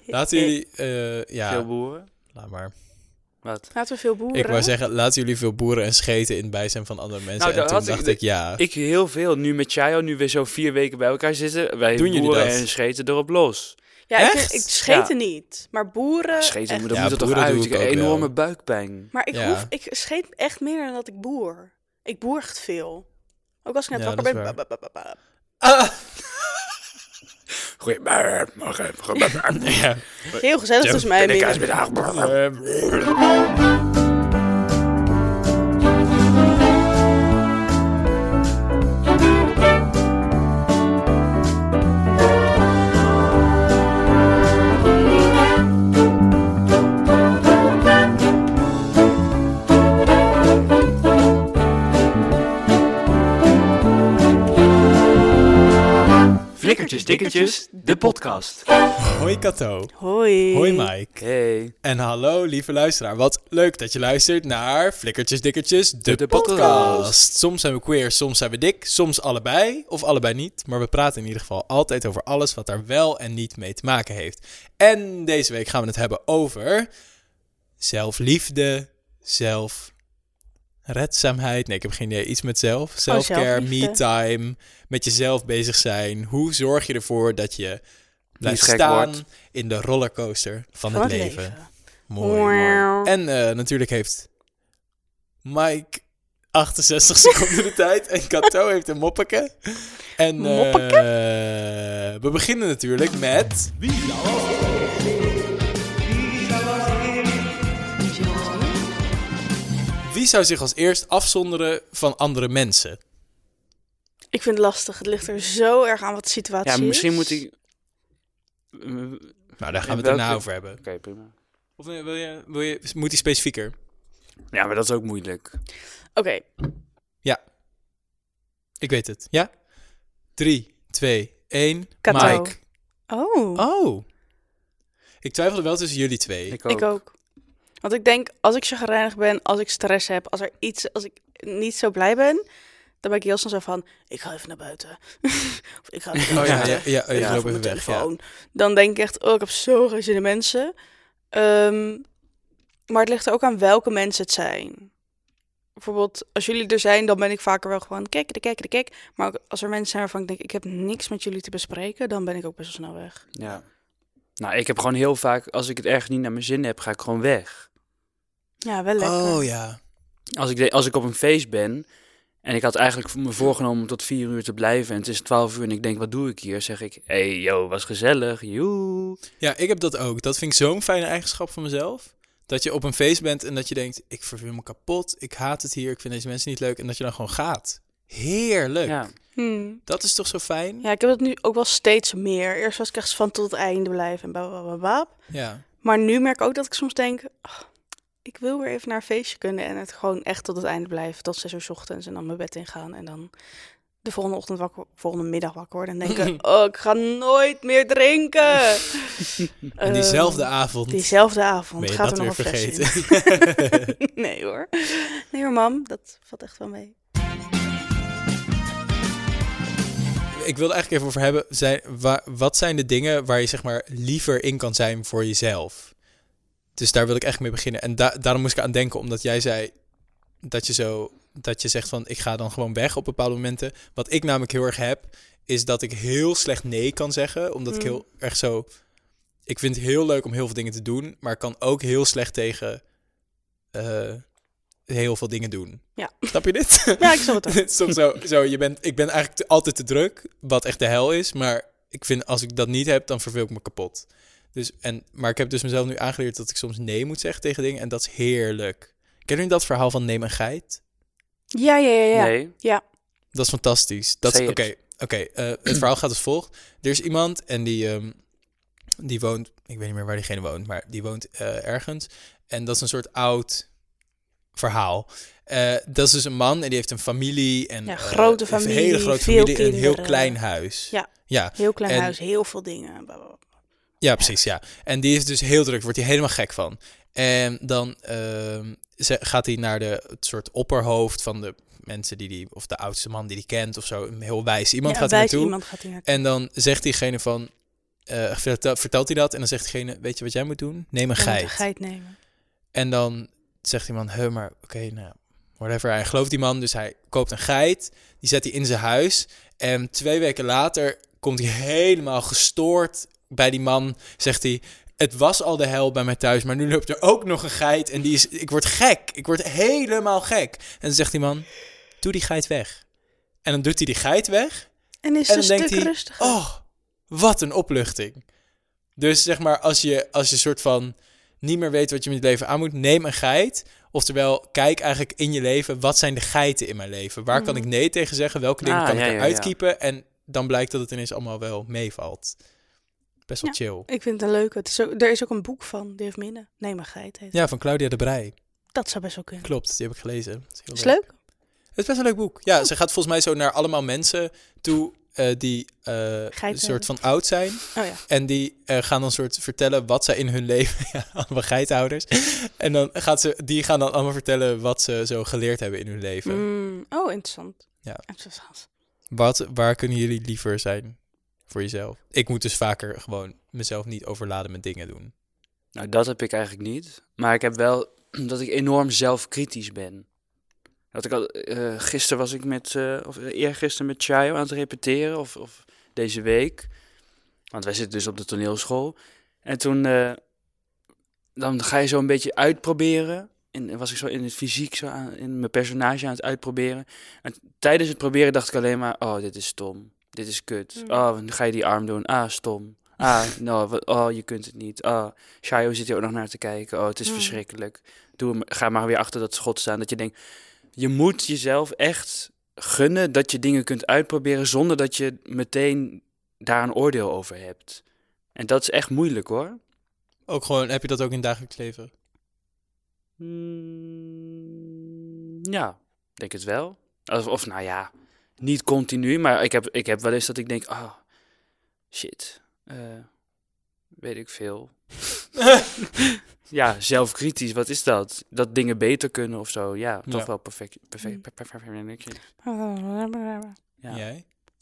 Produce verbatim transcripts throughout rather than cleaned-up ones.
Laten jullie... Uh, ja, veel boeren? Laat maar. Wat? Laten we veel boeren. Ik wou zeggen, laten jullie veel boeren en scheten in het bijzijn van andere mensen. Nou, en toen had dacht ik, ik, ja... Ik heel veel. Nu met Chayo, nu weer zo vier weken bij elkaar zitten. Wij Doen jullie boeren dat? en scheten erop los. Ja, ik, Echt? ik scheten Ja. niet. Maar boeren... Scheten, echt. dat Ja, moet er toch boeren doe uit. ik Ik heb ook een enorme wel. buikpijn. Maar ik, Ja. hoef, ik scheet echt meer dan dat ik boer. Ik boer echt veel. Ook als ik net Ja, wakker dat ben... is ba- ba- ba- ba- ba. Ah! Goedemorgen. Ja. Heel gezellig tussen mij en Mira. Flikkertjes, dikkertjes, de podcast. Hoi Kato. Hoi. Hoi Mike. Hey. En hallo lieve luisteraar. Wat leuk dat je luistert naar Flikkertjes Dikkertjes, de, De podcast. podcast. Soms zijn we queer, soms zijn we dik, soms allebei of allebei niet. Maar we praten in ieder geval altijd over alles wat daar wel en niet mee te maken heeft. En deze week gaan we het hebben over zelfliefde, zelfredzaamheid. Nee, ik heb geen idee. Iets met zelf. Selfcare, zelfliefde. me-time, met jezelf bezig zijn. Hoe zorg je ervoor dat je blijft gek staan wordt. in de rollercoaster van, Van het, het leven. leven. Mooi. Wauw. En uh, natuurlijk heeft Mike achtenzestig seconden de tijd. En Kato heeft een moppeke. En uh, Moppeke? we beginnen natuurlijk met... Wie zou zich als eerst afzonderen van andere mensen? Ik vind het lastig. Het ligt er zo erg aan wat de situatie Ja, is. misschien moet ik... Uh, Nou, daar gaan we het welke- daarna over hebben. Oké, prima. Of wil je, wil je, moet die specifieker? Ja, maar dat is ook moeilijk. Oké. Ik weet het. Ja? Drie, twee, één. Kato. Mike. Oh, Oh. Ik twijfelde wel tussen jullie twee. Ik ook. ik ook. Want ik denk, als ik chagrijnig ben, als ik stress heb, als er iets, als ik niet zo blij ben, dan ben ik heel snel zo van, ik ga even naar buiten. Of ik ga even naar Oh ja, buiten. ja, ja, Ik je ga loopt even even mijn weg. Ja. telefoon. Dan denk ik echt, oh, ik heb zo geen zin in mensen. Ehm, maar het ligt er ook aan welke mensen het zijn. Bijvoorbeeld, als jullie er zijn, dan ben ik vaker wel gewoon, kijk, de kijk, de kijk. Maar ook als er mensen zijn waarvan ik denk, ik heb niks met jullie te bespreken, dan ben ik ook best wel snel weg. Ja. Nou, ik heb gewoon heel vaak, als ik het ergens niet naar mijn zin heb, ga ik gewoon weg. Ja, wel lekker. Oh ja. Als ik, de, als ik op een feest ben en ik had eigenlijk me voorgenomen om tot vier uur te blijven en het is twaalf uur en ik denk, wat doe ik hier? Zeg ik, hey, yo, was gezellig, joe. Ja, ik heb dat ook. Dat vind ik zo'n fijne eigenschap van mezelf. Dat je op een feest bent en dat je denkt, ik verveel me kapot, ik haat het hier, ik vind deze mensen niet leuk. En dat je dan gewoon gaat. Heerlijk. Ja. Hmm. Dat is toch zo fijn? Ja, ik heb het nu ook wel steeds meer. Eerst was ik echt van tot het einde blijven en babababab. Ja. Maar nu merk ik ook dat ik soms denk, oh, ik wil weer even naar een feestje kunnen en het gewoon echt tot het einde blijven. Tot zes uur 's ochtends en dan mijn bed ingaan en dan de volgende ochtend wakker, volgende middag wakker worden en denken, oh, ik ga nooit meer drinken. En diezelfde Ehm, avond Diezelfde avond ben je gaat dat er weer nog een fles in. vergeten. Nee hoor. Nee hoor, mam. Dat valt echt wel mee. Ik wilde eigenlijk even over hebben, zijn, wa, wat zijn de dingen waar je zeg maar liever in kan zijn voor jezelf? Dus daar wil ik echt mee beginnen. En da, daarom moest ik aan denken, omdat jij zei dat je zo, dat je zegt van, ik ga dan gewoon weg op bepaalde momenten. Wat ik namelijk heel erg heb, is dat ik heel slecht nee kan zeggen, omdat ik Mm. heel erg zo, ik vind het heel leuk om heel veel dingen te doen, maar ik kan ook heel slecht tegen uh, heel veel dingen doen. Ja. Snap je dit? Ja, ik snap het ook. Het is toch zo, zo je bent, ik ben eigenlijk te, altijd te druk, wat echt de hel is. Maar ik vind, als ik dat niet heb, dan verveel ik me kapot. Dus, en, maar ik heb dus mezelf nu aangeleerd dat ik soms nee moet zeggen tegen dingen. En dat is heerlijk. Kennen jullie dat verhaal van neem een geit? Ja, ja, ja, ja. Nee. Ja. Dat is fantastisch. Dat is- Say Oké, it. oké. eh, het verhaal gaat als volgt. Er is iemand en die, ehm, die woont, ik weet niet meer waar diegene woont, maar die woont eh, ergens. En dat is een soort oud verhaal. Eh, dat is dus een man en die heeft een familie. En, Ja, eh, grote een familie, hele grote veel familie en een heel kinderen. klein huis. Ja. Ja, Heel klein En- huis, heel veel dingen. Blablabla. ja, precies, ja. En die is dus heel druk, wordt hij helemaal gek van. En dan ehm, ze- gaat hij naar de, het soort opperhoofd van de mensen die die, of de oudste man die die kent of zo, een heel wijs iemand Ja, gaat hij wijs naartoe. iemand gaat hier naartoe. En dan zegt diegene van, uh, vertel, vertelt hij dat en dan zegt diegene, weet je wat jij moet doen? Neem een Je moet geit. een geit nemen. En dan zegt die man, huh, maar oké, okay, nou, whatever. Hij gelooft die man, dus hij koopt een geit. Die zet hij in zijn huis. En twee weken later komt hij helemaal gestoord bij die man. Zegt hij, het was al de hel bij mij thuis, maar nu loopt er ook nog een geit. En die is, ik word gek. Ik word helemaal gek. En dan zegt die man, doe die geit weg. En dan doet hij die geit weg. En is En het dan een denkt stuk hij, rustiger. oh, wat een opluchting. Dus zeg maar, als je, als je soort van niet meer weet wat je met je leven aan moet, neem een geit. Oftewel, kijk eigenlijk in je leven, wat zijn de geiten in mijn leven? Waar kan ik nee tegen zeggen? Welke dingen Ah, kan ja, ik ja, eruit ja. kiepen? En dan blijkt dat het ineens allemaal wel meevalt. Best wel Ja. chill. Ik vind het een leuke. Het is ook, er is ook een boek van, die heeft minnen. Neem een geit. Heet het. Ja, van Claudia de Brij. Dat zou best wel kunnen. Klopt, die heb ik gelezen. Dat is heel Is leuk. leuk? Het is best een leuk boek. Ja, ze gaat volgens mij zo naar allemaal mensen toe uh, die uh, een soort hebben. van oud zijn. Oh ja. En die uh, gaan dan soort vertellen wat zij in hun leven... ja, allemaal geitenhouders. En dan gaat ze, die gaan dan allemaal vertellen wat ze zo geleerd hebben in hun leven. Mm, oh, interessant. Ja. Interessant. Wat, waar kunnen jullie liever zijn voor jezelf? Ik moet dus vaker gewoon mezelf niet overladen met dingen doen. Nou, dat heb ik eigenlijk niet. Maar ik heb wel dat ik enorm zelfkritisch ben. Dat ik al, uh, gisteren was ik met, uh, of eergisteren met Chayo aan het repeteren, of, of deze week. Want wij zitten dus op de toneelschool. En toen, uh, dan ga je zo een beetje uitproberen. En was ik zo in het fysiek, zo aan, in mijn personage aan het uitproberen. En tijdens het proberen dacht ik alleen maar, oh, dit is stom. Dit is kut. Mm. Oh, dan ga je die arm doen. Ah, stom. Ah, no, wat, oh, je kunt het niet. Oh, Chayo zit hier ook nog naar te kijken. Oh, het is Mm. verschrikkelijk. Doe hem, ga maar weer achter dat schot staan. Dat je denkt, je moet jezelf echt gunnen dat je dingen kunt uitproberen zonder dat je meteen daar een oordeel over hebt. En dat is echt moeilijk, hoor. Ook gewoon, heb je dat ook in het dagelijks leven? Mm, ja, denk het wel. Of, of nou ja, niet continu, maar ik heb, ik heb wel eens dat ik denk, oh, shit, uh, weet ik veel. Ja, zelfkritisch, wat is dat? Dat dingen beter kunnen of zo. Ja, toch Ja. wel perfect. perfect, perfect, perfect. Ja. Jij?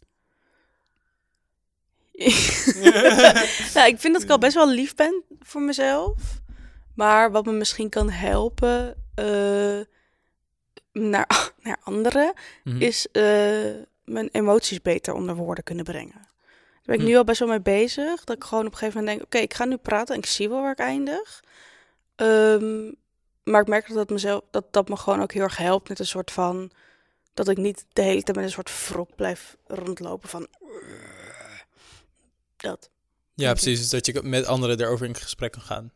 Nou, ik vind dat ik al best wel lief ben voor mezelf. Maar wat me misschien kan helpen uh, naar, naar anderen, Mhm. is uh, mijn emoties beter onder woorden kunnen brengen. Daar ben ik Hm. nu al best wel mee bezig. Dat ik gewoon op een gegeven moment denk, oké, okay, ik ga nu praten en ik zie wel waar ik eindig. Um, maar ik merk dat dat, mezelf, dat dat me gewoon ook heel erg helpt met een soort van, dat ik niet de hele tijd met een soort wrok blijf rondlopen van dat. Ja, precies. Dus dat je met anderen erover in gesprek kan gaan.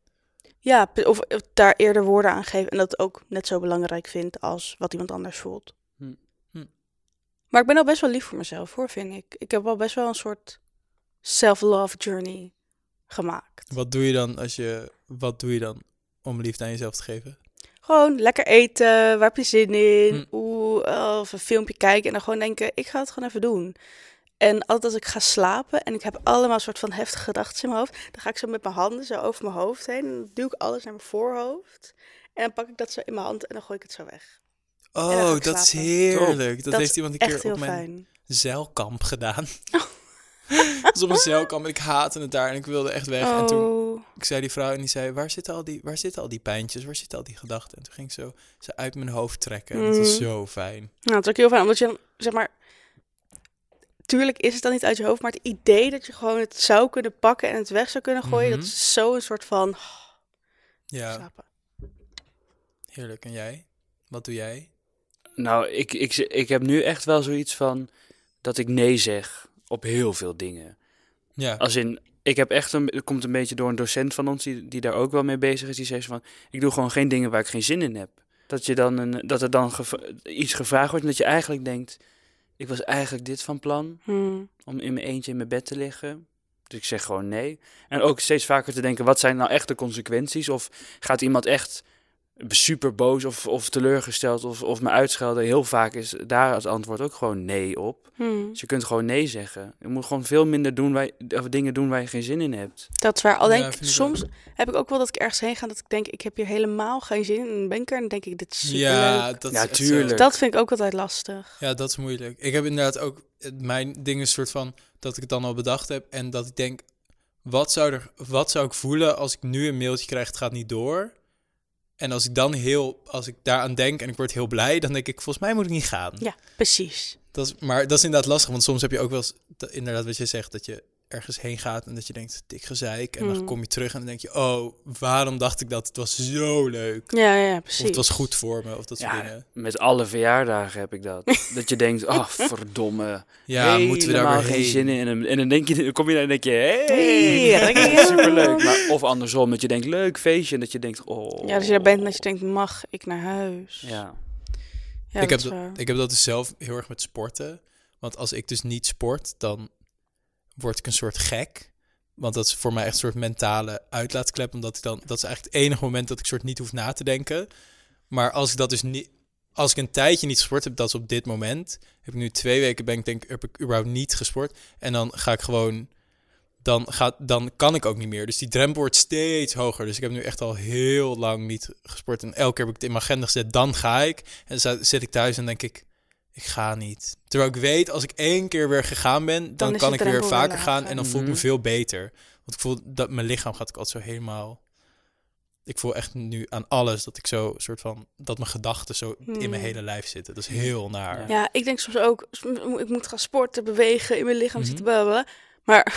Ja, of daar eerder woorden aan geven en dat ook net zo belangrijk vind als wat iemand anders voelt. Hm. Hm. Maar ik ben al best wel lief voor mezelf, hoor, vind ik. Ik heb al best wel een soort self-love journey gemaakt. Wat doe je dan als je, wat doe je dan om liefde aan jezelf te geven? Gewoon lekker eten, waar heb je zin in? Hm. Oeh, of een filmpje kijken en dan gewoon denken, ik ga het gewoon even doen. En altijd als ik ga slapen en ik heb allemaal soort van heftige gedachten in mijn hoofd, dan ga ik zo met mijn handen zo over mijn hoofd heen en dan duw ik alles naar mijn voorhoofd. En dan pak ik dat zo in mijn hand en dan gooi ik het zo weg. dan ga Oh, ik dat is slapen. heerlijk. Dat, Dat heeft is iemand een Echt keer heel op mijn fijn. zeilkamp gedaan. Dat was op een zeilkamp en ik haatte het daar en ik wilde echt weg. En toen Oh, ik zei die vrouw en die zei, waar zitten al die, waar zitten al die pijntjes? Waar zitten al die gedachten? En toen ging ik zo ze uit mijn hoofd trekken. En dat was Mhm. zo fijn. nou, dat is ook heel fijn, omdat je dan, zeg maar, tuurlijk is het dan niet uit je hoofd, maar het idee dat je gewoon het zou kunnen pakken en het weg zou kunnen gooien, Mhm. dat is zo een soort van Ja, slapen. heerlijk. En jij? Wat doe jij? Nou, ik, ik, ik heb nu echt wel zoiets van dat ik nee zeg op heel veel dingen. Ja, Als in, ik heb echt een, het komt een beetje door een docent van ons die, die daar ook wel mee bezig is. Die zegt van, ik doe gewoon geen dingen waar ik geen zin in heb. Dat, je dan een, dat er dan geva- iets gevraagd wordt en dat je eigenlijk denkt, ik was eigenlijk dit van plan, Hmm. om in mijn eentje in mijn bed te liggen. Dus ik zeg gewoon nee. En ook steeds vaker te denken, wat zijn nou echt de consequenties? Of gaat iemand echt super boos of, of teleurgesteld of, of me uitschelden? Heel vaak is daar het antwoord ook gewoon nee op. Hmm. Dus je kunt gewoon nee zeggen. Je moet gewoon veel minder doen waar, of dingen doen waar je geen zin in hebt. Dat is waar. Al Ja, denk ik, vind ik soms heb ik ook wel dat ik ergens heen ga dat ik denk, ik heb hier helemaal geen zin in. En dan ben ik er en dan denk ik, dit is superleuk. ja, dat is Ja, echt zo. tuurlijk. Dat vind ik ook altijd lastig. Ja, dat is moeilijk. Ik heb inderdaad ook, het- mijn ding is een soort van, dat ik het dan al bedacht heb en dat ik denk, wat zou, er, wat zou ik voelen als ik nu een mailtje krijg, het gaat niet door. En als ik dan heel, als ik daaraan denk en ik word heel blij, dan denk ik, volgens mij moet ik niet gaan. Ja, precies. Dat is, maar dat is inderdaad lastig, want soms heb je ook wel eens, dat, inderdaad wat je zegt, dat je ergens heen gaat en dat je denkt, dik gezeik. En dan Mm. kom je terug en dan denk je, oh, waarom dacht ik dat? Het was zo leuk. Ja, ja, Of precies. het was goed voor me, of dat soort Ja, dingen. met alle verjaardagen heb ik dat. Dat je denkt, oh, verdomme. Ja, moeten we daar helemaal weer geen heen? zin in. En, en dan, denk je, dan kom je daar en denk je, hey, Hey, lekker. superleuk. Maar, of andersom, dat je denkt, leuk feestje. En dat je denkt, oh. Ja, dus je daar bent en dat je denkt, mag ik naar huis? Ja. Ja, ik, heb dat is dat, waar. ik heb dat dus zelf heel erg met sporten. Want als ik dus niet sport, dan word ik een soort gek. Want dat is voor mij echt een soort mentale uitlaatklep. Omdat ik dan, dat is eigenlijk het enige moment dat ik soort niet hoef na te denken. Maar als ik dat dus niet, als ik een tijdje niet gesport heb, dat is op dit moment. Heb ik nu twee weken ben ik denk heb ik überhaupt niet gesport. En dan ga ik gewoon, dan gaat, dan kan ik ook niet meer. Dus die drempel wordt steeds hoger. Dus ik heb nu echt al heel lang niet gesport. En elke keer heb ik het in mijn agenda gezet, dan ga ik. En dan zit ik thuis en denk ik, ik ga niet. Terwijl ik weet, als ik één keer weer gegaan ben, dan, is kan de ik weer drempel weer vaker lager. gaan en dan voel ik me Mhm. veel beter. Want ik voel dat mijn lichaam gaat ook altijd zo helemaal. Ik voel echt nu aan alles dat ik zo soort van dat mijn gedachten zo in mijn Hmm. hele lijf zitten. Dat is heel naar. Ja. Ja, ik denk soms ook, ik moet gaan sporten, bewegen, in mijn lichaam Mhm. zitten babbelen. Maar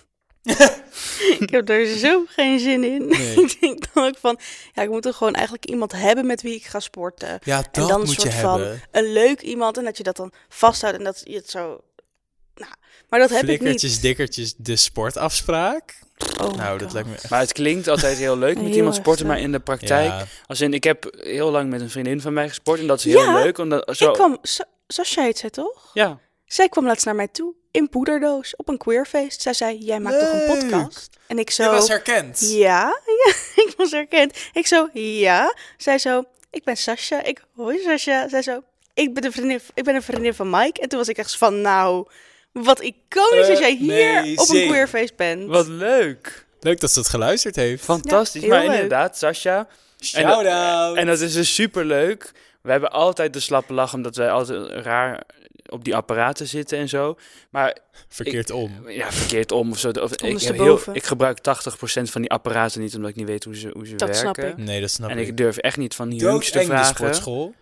ik heb er zo geen zin in. Nee. Ik denk dan ook van, ja, ik moet er gewoon eigenlijk iemand hebben met wie ik ga sporten. Ja, dat dan een moet je soort van hebben. Een leuk iemand en dat je dat dan vasthoudt en dat je het zo... Nou, maar dat heb ik Flikkertjes, niet. dikkertjes, de sportafspraak. Oh nou, my dat God. lijkt me echt. Maar het klinkt altijd heel leuk met Heel iemand erg sporten, leuk. maar in de praktijk... Ja, Als in, ik heb heel lang met een vriendin van mij gesport en dat is heel Ja, leuk. Omdat, zo, Ik kwam, Sa- Sascha heet zij toch? Ja, Zij kwam laatst naar mij toe in poederdoos op een queerfeest. Zij zei, jij maakt toch een Leuk. podcast? En ik zo... je was herkend. Ja, ja, ik was herkend. Ik zo, ja. Zij zo, ik ben Sascha. Ik, hoi Sascha. Zij zo, ik ben, de vriendin, ik ben een vriendin van Mike. En toen was ik echt van, nou, wat iconisch Eh, als jij hier nee, op een zing. queerfeest bent. wat leuk. Leuk dat ze het geluisterd heeft. Fantastisch. Ja, heel maar leuk. inderdaad, Sascha. Shout out. En dat is dus superleuk. We hebben altijd de slappe lach, omdat wij altijd raar op die apparaten zitten en zo. Maar Verkeerd om. ja, verkeerd om of zo. Of, ik, heel, Ondersteboven. ik gebruik tachtig procent van die apparaten niet, omdat ik niet weet hoe ze, hoe ze Dat werken. snap ik. Nee, dat snap En ik. ik durf echt niet van die jongens te Doodeng, de vragen. sportschool.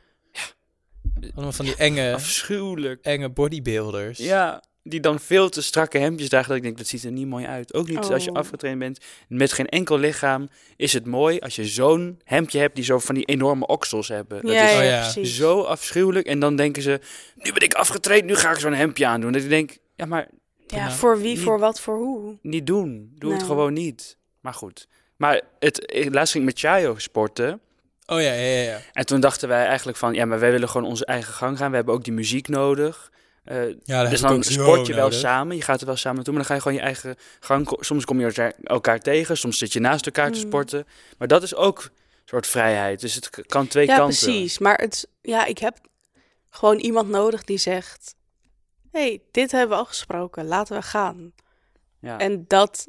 Allemaal van die enge, Afschuwelijk. enge bodybuilders. Ja, die dan veel te strakke hemdjes dragen. Dat ik denk, dat ziet er niet mooi uit. Ook niet als je Oh. afgetraind bent. Met geen enkel lichaam is het mooi als je zo'n hemdje hebt die zo van die enorme oksels hebben. Dat ja, is ja, Oh ja. precies. zo afschuwelijk. En dan denken ze, nu ben ik afgetraind, nu ga ik zo'n hemdje aandoen. Dat ik denk, ja, maar Ja, Nou, voor wie, niet- voor wat, voor hoe. niet doen. Doe het Nee. gewoon niet. Maar goed. Maar het, ik- laatst ging ik met Chayo sporten. Oh ja, ja, ja. ja. En toen dachten wij eigenlijk van, ja, maar wij willen gewoon onze eigen gang gaan. We hebben ook die muziek nodig. Eh, Ja, dat dus heb ik dan ook zo sport je wel nodig. samen, je gaat er wel samen toe, maar dan ga je gewoon je eigen gang. ko- Soms kom je elkaar- elkaar tegen, soms zit je naast elkaar te Mm. sporten. Maar dat is ook een soort vrijheid. Dus het k- kan twee Ja, kanten. precies. Maar het, ja, ik heb gewoon iemand nodig die zegt... hey, dit hebben we al gesproken, laten we gaan. Ja. En dat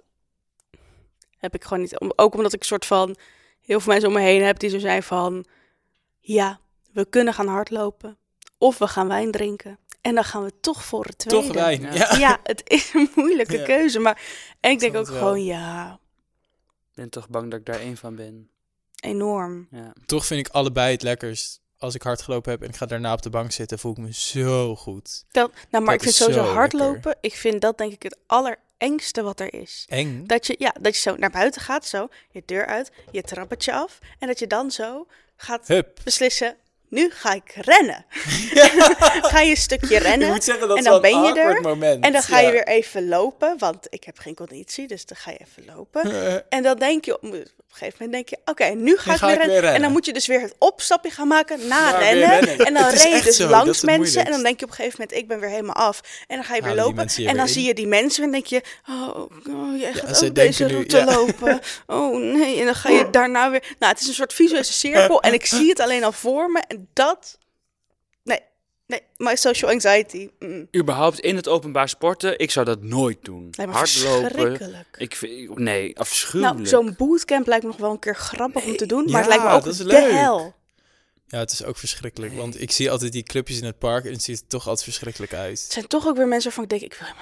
heb ik gewoon niet. Om- Ook omdat ik soort van heel veel mensen om me heen heb die zo zijn van... Ja, we kunnen gaan hardlopen. Of we gaan wijn drinken. En dan gaan we toch voor het tweede. Toch wijn. Ja. Ja. Ja, het is een moeilijke Ja. keuze. Maar en ik denk snap ook het wel. gewoon, ja, Ik ben toch bang dat ik daar één van ben. enorm. Ja. Toch vind ik allebei het lekkerst. Als ik hard gelopen heb en ik ga daarna op de bank zitten, voel ik me zo goed. Dat, nou, maar Dat ik vind is sowieso zo hardlopen, ik vind dat denk ik het allerengste wat er is. Eng. Dat je, ja, dat je zo naar buiten gaat, zo, je deur uit, je trappetje af. En dat je dan zo gaat Hup. beslissen, nu ga ik rennen. Ga je een stukje rennen. Je moet zeggen dat en is dan wel ben een je er, awkward moment. En dan ga je Ja. weer even lopen, want ik heb geen conditie, dus dan ga je even lopen. En dan denk je, op een gegeven moment denk je, oké, nu ga, Nu ik, ga weer ik weer rennen. En rennen. dan moet je dus weer het opstapje gaan maken na Maar weer rennen. rennen. En dan Het is ren je echt dus zo, dat is langs het mensen. En moeilijkst. dan denk je op een gegeven moment, ik ben weer helemaal af. En dan ga je weer Halen die lopen. mensen je En dan weer zie in? je die mensen en denk je, oh, oh jij gaat ze ook deze denken nu- route ja. lopen. Oh nee, en dan ga je daarna weer... Nou, het is een soort visuele cirkel. En ik zie het alleen al voor me. En dat... Nee, nee, my social anxiety. Mm. Überhaupt in het openbaar sporten, ik zou dat nooit doen. Lijkt me Hardlopen. verschrikkelijk. Ik vind, nee, afschuwelijk. Nou, zo'n bootcamp lijkt me nog wel een keer grappig om te doen. Maar Ja, het lijkt me ook dat is de leuk. hel. Ja, het is ook verschrikkelijk. Want ik zie altijd die clubjes in het park en het ziet er toch altijd verschrikkelijk uit. Het zijn toch ook weer mensen waarvan ik denk, ik wil helemaal niet bij jullie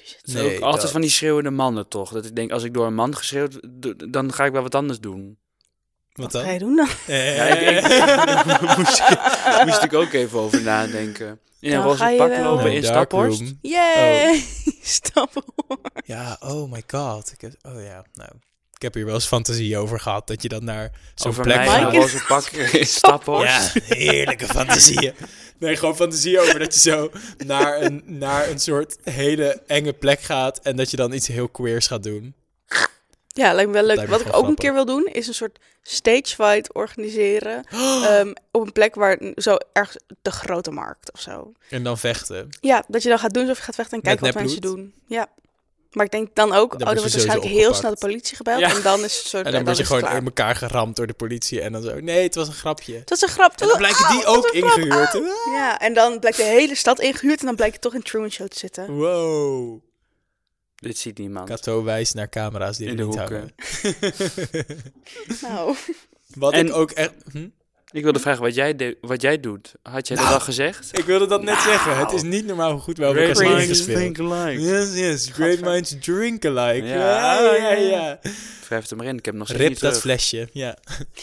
jullie zitten. Het is Nee, ook altijd dat- van die schreeuwende mannen, toch? Dat ik denk, als ik door een man geschreeuwd, d- dan ga ik wel wat anders doen. Wat Wat ga dan? je doen dan? Eh, Ja, ik, ik- moest, ik- moest ik ook even over nadenken. In een Dan roze ga je pak wel- lopen No, in dark Staphorst. room. Yay! Stap op. Ja, oh my god. Ik heb, oh ja, nou. Ik heb hier wel eens fantasie over gehad dat je dan naar zo'n Over plek mij Mike in gaat. een roze pak in Staphorst. Ja, heerlijke fantasieën. Nee, gewoon fantasie over dat je zo naar een, naar een soort hele enge plek gaat en dat je dan iets heel queers gaat doen. Ja, lijkt me wel leuk. Lijkt me Wat ik gewoon ook een keer wil doen, is een soort stage fight organiseren. ehm, op een plek waar zo ergens de grote markt of zo. En dan vechten. Ja, dat je dan gaat doen alsof je gaat vechten en Met kijken wat mensen nepbloed? doen. Ja. Maar ik denk dan ook, Dan oh, word er je wordt sowieso waarschijnlijk heel snel de opgepakt. politie gebeld. Ja. En dan is het soort. En dan word je is het gewoon klaar. in elkaar geramd door de politie en dan zo. Nee, het was een grapje. Dat is een grap. En dan blijken die Oh, ook wat een grap. ingehuurd. Ja, en dan blijkt de hele stad ingehuurd en dan blijkt je toch in Truman Show te zitten. Wow. Dit ziet niemand. Kato wijst naar camera's die In er de niet hoeken. hangen. Nou, Wat En- ik ook echt... Hm? Ik wilde vragen wat jij, de, wat jij doet. Had jij Nou, dat al gezegd? Ik wilde dat net Nou. zeggen. Het is niet normaal hoe goed we over elkaar Great zijn minds gespeeld. think alike. Yes, yes. Great minds drink alike. Ja, Ja, ja, ja. Wrijf het maar in. Ik heb hem nog steeds Rip niet dat terug. flesje, ja.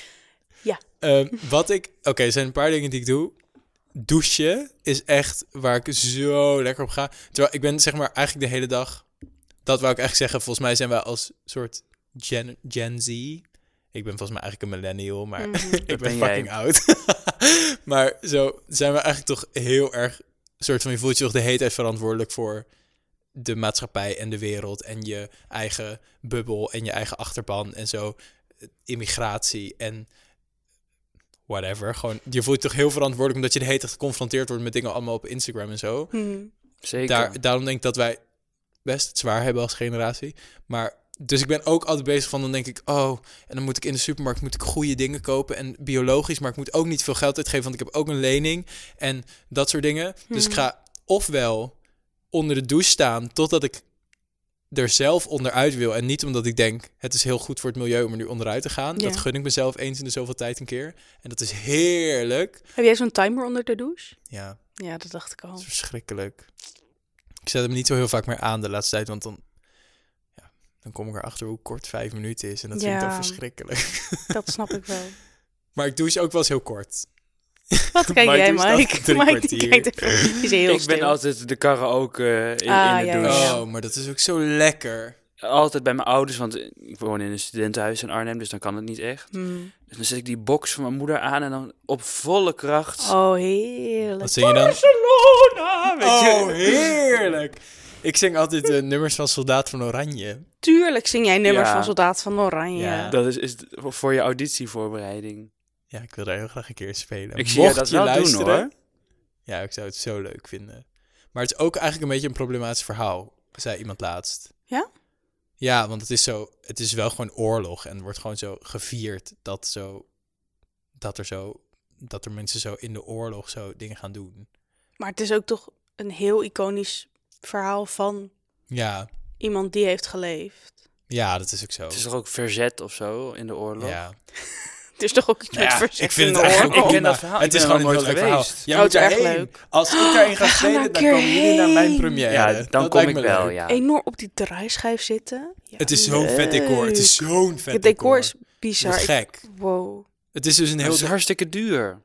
Ja. Ehm, wat ik... Oké, er zijn een paar dingen die ik doe. Douchen is echt waar ik zo lekker op ga. Terwijl ik ben zeg maar eigenlijk de hele dag... Dat wou ik echt zeggen. Volgens mij zijn wij als soort Gen, Gen Z... Ik ben volgens mij eigenlijk een millennial, maar Mhm. ik ben, ben fucking jij. oud. Maar zo zijn we eigenlijk toch heel erg... soort van, je voelt je toch de hele tijd verantwoordelijk voor de maatschappij en de wereld en je eigen bubbel en je eigen achterban en zo. Immigratie en whatever. Gewoon, je voelt je toch heel verantwoordelijk omdat je de hele tijd geconfronteerd wordt met dingen allemaal op Instagram en zo. hm. Zeker. Daar, daarom denk ik dat wij best het zwaar hebben als generatie. Maar dus ik ben ook altijd bezig van, dan denk ik, oh, en dan moet ik in de supermarkt moet ik goede dingen kopen en biologisch, maar ik moet ook niet veel geld uitgeven, want ik heb ook een lening en dat soort dingen. Dus ik Mhm. ga ofwel onder de douche staan totdat ik er zelf onderuit wil en niet omdat ik denk, het is heel goed voor het milieu om er nu onderuit te gaan. Ja. Dat gun ik mezelf eens in de zoveel tijd een keer. En dat is heerlijk. Heb jij zo'n timer onder de douche? Ja, Ja, dat dacht ik al. dat is verschrikkelijk. Ik zet hem niet zo heel vaak meer aan de laatste tijd, want dan, ja, dan kom ik erachter hoe kort vijf minuten is. En dat vind ik Ja. dan verschrikkelijk. Dat snap ik wel. Maar ik douche ook wel eens heel kort. Wat kijk Mike jij, doucht altijd Mike? drie Mike die kwartier. kijkt even. Die is heel ik ben stil. altijd de karaoke eh, in, Ah, in de ja, douche. ja. Oh, maar dat is ook zo lekker. Altijd bij mijn ouders, want ik woon in een studentenhuis in Arnhem, dus dan kan het niet echt. Hm. Dus dan zet ik die box van mijn moeder aan en dan op volle kracht. Oh, heerlijk. Wat zing je dan? Barcelona! Weet Oh, je? heerlijk. Ik zing altijd de nummers van Soldaat van Oranje. Tuurlijk zing jij nummers Ja. van Soldaat van Oranje. Ja. Dat is, is het voor je auditievoorbereiding. Ja, ik wil daar heel graag een keer spelen. Ik zie jij dat je wel doen, luisteren- hoor. Ja, ik zou het zo leuk vinden. Maar het is ook eigenlijk een beetje een problematisch verhaal, zei iemand laatst. Ja? Ja, want het is zo, het is wel gewoon oorlog en wordt gewoon zo gevierd dat zo, dat er zo, dat er mensen zo in de oorlog zo dingen gaan doen. Maar het is ook toch een heel iconisch verhaal van Ja, iemand die heeft geleefd. ja, dat is ook zo. Het is toch ook verzet of zo in de oorlog? Ja. Het is toch ook iets Nou met ja, verzet ik vind in het de eigenlijk oorlog? Ik ken prima. dat verhaal. Het Ik is ben gewoon er een nog heel leuk nooit verhaal. geweest. Jij Oh, moet het is echt daarheen. leuk. Als ik daarin ga We gaan spelen, een dan keer komen jullie naar mijn heen. première. Ja, dan Dat kom lijkt ik me wel, leuk. ja. Enorm op die draaischijf zitten. Ja, Het is zo'n vet decor. Het is leuk. zo'n vet Het decor is Het bizar. is Ik- gek. wow. Het is dus een Het heel is hartstikke duur.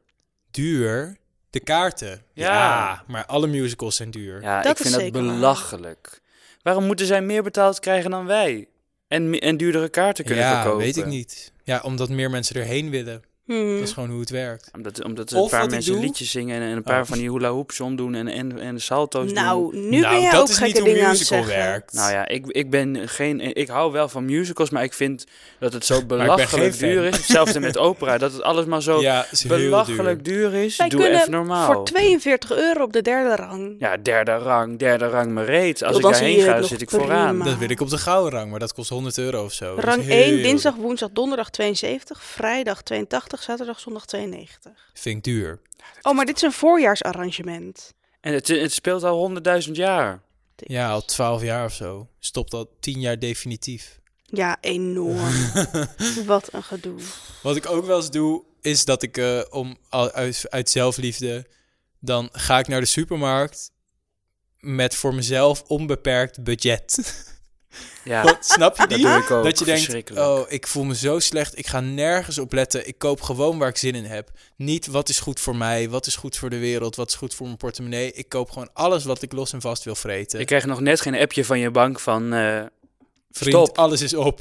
duur. De kaarten. Ja. Ja. maar alle musicals zijn duur. Ja, Dat ik is vind dat zeker waar. belachelijk. Waarom moeten zij meer betaald krijgen dan wij? En, me- en duurdere kaarten kunnen Ja, verkopen? weet ik niet. Ja, omdat meer mensen erheen willen. Hmm. Dat is gewoon hoe het werkt. Omdat, omdat er Of een paar wat ik mensen doe- liedjes zingen en een paar Oh. van die hula hoops omdoen en, en, en salto's doen. Nou, nu nou, ben jij dat ook is gekke niet hoe dingen aan het musical zeggen. werkt. Nou ja, ik, ik ben geen... Ik hou wel van musicals, maar ik vind dat het zo ben belachelijk geen fan. duur is. Hetzelfde met opera. Dat het alles maar zo Ja, is heel belachelijk duur. duur, is. Wij Doe kunnen even normaal. voor tweeënveertig euro op de derde rang. Ja, derde rang, derde rang me reet. Als Joh, ik dan daarheen zie je ga, het dan nog zit ik prima. vooraan. Dat wil ik op de gouden rang, maar dat kost honderd euro of zo. Dat is Rang heel één, duur. dinsdag, woensdag, donderdag tweeënzeventig, vrijdag tweeëntachtig, zaterdag, zondag tweeënnegentig. Vind ik duur. Oh, maar dit is een voorjaarsarrangement. En het, het speelt al honderdduizend jaar. Ja, al twaalf jaar of zo. Stopt al tien jaar definitief. Ja, enorm. Wat een gedoe. Wat ik ook wel eens doe, is dat ik eh, om al- uit, uit zelfliefde... dan ga ik naar de supermarkt met voor mezelf onbeperkt budget. Ja, Want, snap je dat die? doe ik ook. Dat je denkt, Verschrikkelijk. oh, ik voel me zo slecht. Ik ga nergens op letten. Ik koop gewoon waar ik zin in heb. Niet wat is goed voor mij, wat is goed voor de wereld, wat is goed voor mijn portemonnee. Ik koop gewoon alles wat ik los en vast wil vreten. Ik krijg nog net geen appje van je bank van... eh, Vriend, stop. alles is op.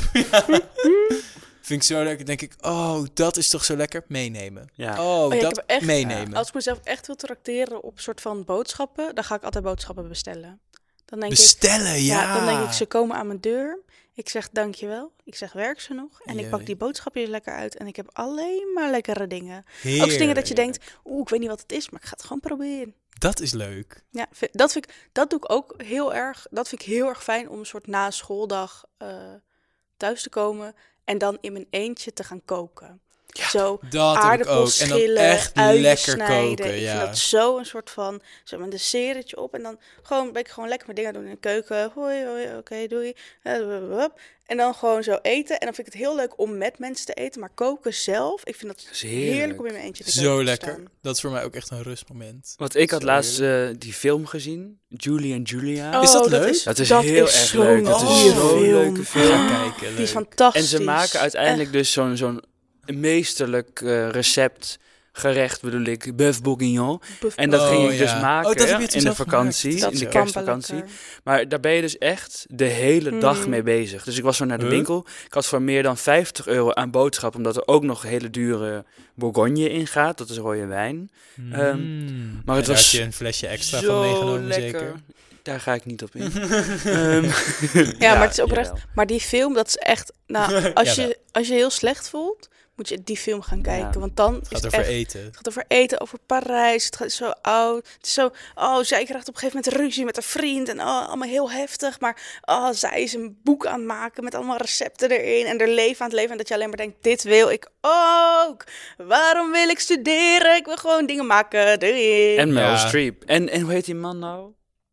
Vind ik zo lekker. Denk ik, oh, dat is toch zo lekker? Meenemen. ja. Oh, Oh ja, ik dat heb echt- meenemen. Als ik mezelf echt wil trakteren op soort van boodschappen, dan ga ik altijd boodschappen bestellen. Dan denk ik, Bestellen, ja. ja, dan denk ik, ze komen aan mijn deur. Ik zeg dankjewel. Ik zeg, werk ze nog? En ik pak Jee. die boodschapjes lekker uit. En ik heb alleen maar lekkere dingen. Ook Heerlijk. eens dingen dat je denkt, oeh, ik weet niet wat het is, maar ik ga het gewoon proberen. Dat is leuk. Ja, vind- dat, vind ik, dat doe ik ook heel erg. Dat vind ik heel erg fijn om een soort na schooldag eh, thuis te komen. En dan in mijn eentje te gaan koken. Ja, Zo Dat heb ik ook. En dan aardappelschillen, echt uien lekker snijden. koken, Ik ja. vind dat zo een soort van, zo met een seretje op. En dan gewoon, ben ik gewoon lekker mijn dingen doen in de keuken. Hoi, hoi, oké, doei. Eh, wup. En dan gewoon zo eten. En dan vind ik het heel leuk om met mensen te eten. Maar koken zelf, ik vind dat is heerlijk. heerlijk. om in mijn eentje te keuken Zo te lekker. staan. Dat is voor mij ook echt een rustmoment. Want ik had Zo laatst eh, die film gezien. Julie en Julia. Is dat Oh, leuk? Dat is heel erg zo'n leuk. Dat is goede zo'n film. leuke film. Ga kijken. Die is leuk. fantastisch. En ze maken uiteindelijk dus zo'n zo'n meesterlijk eh, recept, gerecht bedoel ik, bœuf bourguignon. Buff- En dat Oh, ging ik dus ja. maken Oh, dat heb je toen in de zelf vakantie, gemaakt. dat in de is kerstvakantie. lekker. Maar daar ben je dus echt de hele dag Mm. mee bezig. Dus ik was zo naar de Huh? winkel. Ik had voor meer dan vijftig euro aan boodschap, omdat er ook nog hele dure Bourgogne in gaat. Dat is rode wijn. Mm. Ehm, maar maar het daar was had je een flesje extra Zo van meegenomen, lekker. zeker? Daar ga ik niet op in. Ehm, Ja, maar het is oprecht. jawel. Maar die film, dat is echt... Nou, als, Jawel. je, als je heel slecht voelt, moet je die film gaan kijken. Ja. Want dan Het is gaat het over echt... eten. Het gaat over eten, over Parijs. Het gaat zo oud. Het is zo... Oh, zij krijgt op een gegeven moment ruzie met haar vriend. En oh, allemaal heel heftig. Maar oh, zij is een boek aan het maken met allemaal recepten erin. En er leven aan het leven. En dat je alleen maar denkt, dit wil ik ook. Waarom wil ik studeren? Ik wil gewoon dingen maken. Doei. En Meryl Ja. Streep. En, en hoe heet die man nou?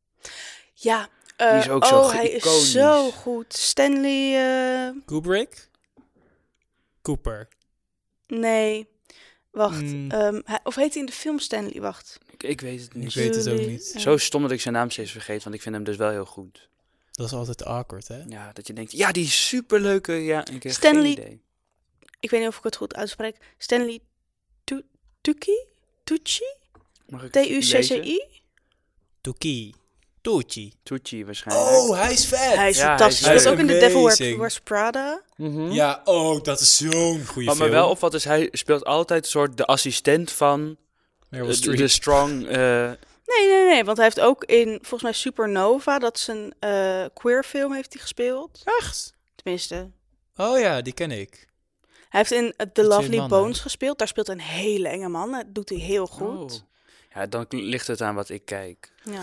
Ja. eh, Die is ook zo oh, hij iconisch. is zo goed. Stanley... eh, Kubrick? Cooper. Nee. Wacht. Hmm. ehm, hij- of heet hij in de film Stanley? Wacht. Ik, ik weet het niet. Ik weet het ook Julie, niet. eh, Zo stom dat ik zijn naam steeds vergeet, want ik vind hem dus wel heel goed. Dat is altijd awkward, hè? Ja, dat je denkt, ja, die is superleuke. Ja, ik heb Stanley- geen idee. Ik weet niet of ik het goed uitspreek. Stanley Tu- Tucci? Tucci? Mag ik T U C C lezen? I? Tuki. Tucci. Tucci waarschijnlijk. Oh, hij is vet. Hij is Ja, fantastisch. hij Hij is is ook in The Devil Wears, amazing. Wears Prada. Mhm. Ja, oh, dat is zo'n goede Wat me film. wel opvalt is, hij speelt altijd een soort de assistent van Meryl de, Streep. de strong... eh, Nee, nee, nee. Want hij heeft ook in, volgens mij, Supernova, dat is een eh, queer film, heeft hij gespeeld. Echt? Tenminste. Oh ja, die ken ik. Hij heeft in uh, The twee Lovely mannen. Bones gespeeld. Daar speelt een hele enge man. Dat doet hij heel goed. oh. Ja, dan ligt het aan wat ik kijk. Ja.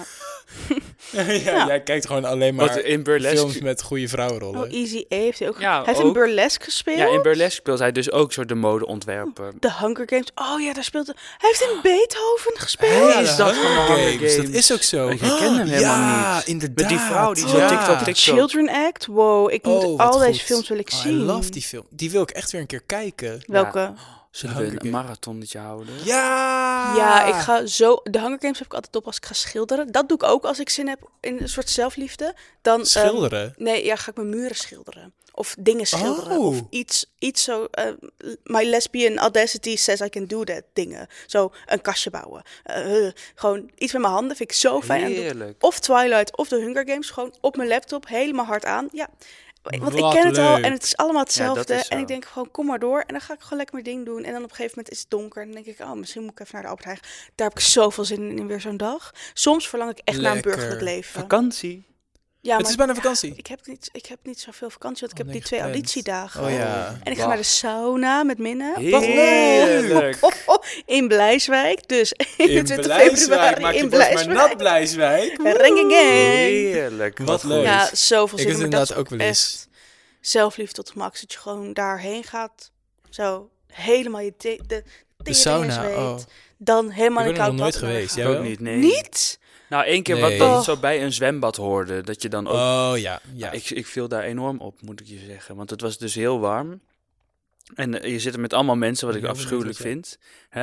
ja, Ja. jij kijkt gewoon alleen maar Wat in Burlesque... films met goede vrouwenrollen. Oh, Easy A heeft hij ook. Ja, hij heeft ook. in Burlesque gespeeld. Ja, in Burlesque speelt hij dus ook zo de modeontwerper. The Hunger Games. Oh ja, daar speelde... Hij heeft in Beethoven gespeeld. Hij is dat van de Hunger Dat Games. is ook zo. Ik herken hem helemaal ja, niet. inderdaad. Met die vrouw die zo Ja. TikTok, The TikTok. Children Act. Wow, ik moet Oh, wat al deze goed. films wil ik Oh, zien. I love die film. Die wil ik echt weer een keer kijken. Welke? Zullen The we Hunger een Games. marathonnetje houden? Ja! Ja, ik ga zo... De Hunger Games heb ik altijd op als ik ga schilderen. Dat doe ik ook als ik zin heb in een soort zelfliefde. Dan, ehm, Schilderen? nee, ja, ga ik mijn muren schilderen. Of dingen schilderen. Oh. Of iets, iets zo... eh, my lesbian audacity says I can do that dingen. Zo, een kastje bouwen. Eh, gewoon iets met mijn handen vind ik zo fijn. En doe ik Heerlijk. of Twilight of The Hunger Games. Gewoon op mijn laptop, helemaal hard aan. Ja, want ik Wat ken het al leuk. en het is allemaal Ja, hetzelfde. dat is zo. En ik denk gewoon, kom maar door. En dan ga ik gewoon lekker mijn ding doen. En dan op een gegeven moment is het donker. En dan denk ik, oh, misschien moet ik even naar de Albert Heijn. Daar heb ik zoveel zin in, in weer zo'n dag. Soms verlang ik echt naar een Lekker. burgerlijk leven. Vakantie. Ja, Het maar is bijna vakantie. ik heb niet, ik heb niet zoveel vakantie, want ik Oh, heb die niks twee gepland. auditiedagen. Oh ja. En ik ga Wacht. naar de sauna met Minne. Heerlijk. Oh, oh, in Blijswijk. Dus In eenentwintig Blijswijk. februari Maak je in borst maar Blijswijk. nat, Blijswijk. Ring again. Heerlijk. Wat goed. leuk. Ja, zoveel Ik zin heb in. het Maar dat inderdaad is ook wel eens. echt zelfliefde tot de max. Dat je gewoon daarheen gaat. Zo helemaal je te- de, De sauna, weet. oh. Dan helemaal Ik in ben er nog koud nooit bad en dan geweest. gaan. Jij Ook wel? niet, nee. Niet? Nou, één keer Nee. wat dat Oh. zo bij een zwembad hoorde. Dat je dan ook... Oh ja, ja. Ik, ik viel daar enorm op, moet ik je zeggen. Want het was dus heel warm. En eh, je zit er met allemaal mensen, wat ik Ik weet afschuwelijk niet wat vind. Hè?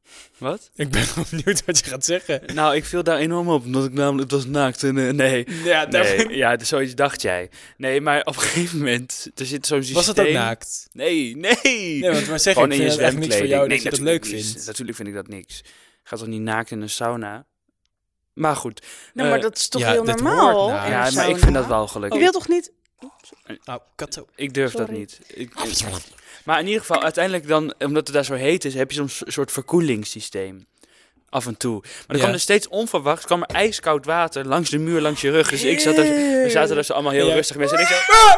Wat? Ik ben gewoon benieuwd wat je gaat zeggen. Nou, ik viel daar enorm op, omdat ik namelijk, het was naakt en uh, nee. Ja, Nee, ja, dus zoiets dacht jij. Nee, maar op een gegeven moment, er zit zo'n systeem... Was het ook naakt? Nee, nee. Nee, want maar zeg, Gewoon ik in je vind het echt niks voor jou zwemkleding. dat je Nee, dat leuk natuurlijk vindt. niet. Natuurlijk vind ik dat niks. Ik ga toch niet naakt in een sauna? Maar goed. Nou, maar eh, dat is toch ja, heel dit normaal? hoort nou. in ja, een maar sauna? ik vind dat wel gelukkig. Je wilt toch niet... Oh, katto. Ik durf dat Sorry. niet. Ik, ik- maar in ieder geval, uiteindelijk dan, omdat het daar zo heet is, heb je zo'n s- soort verkoelingssysteem. Af en toe. Maar dan Ja. kwam er steeds onverwachts, kwam er ijskoud water langs de muur, langs je rug. Dus ik zat er, we zaten er zo allemaal heel Ja. rustig mensen. En ik zo...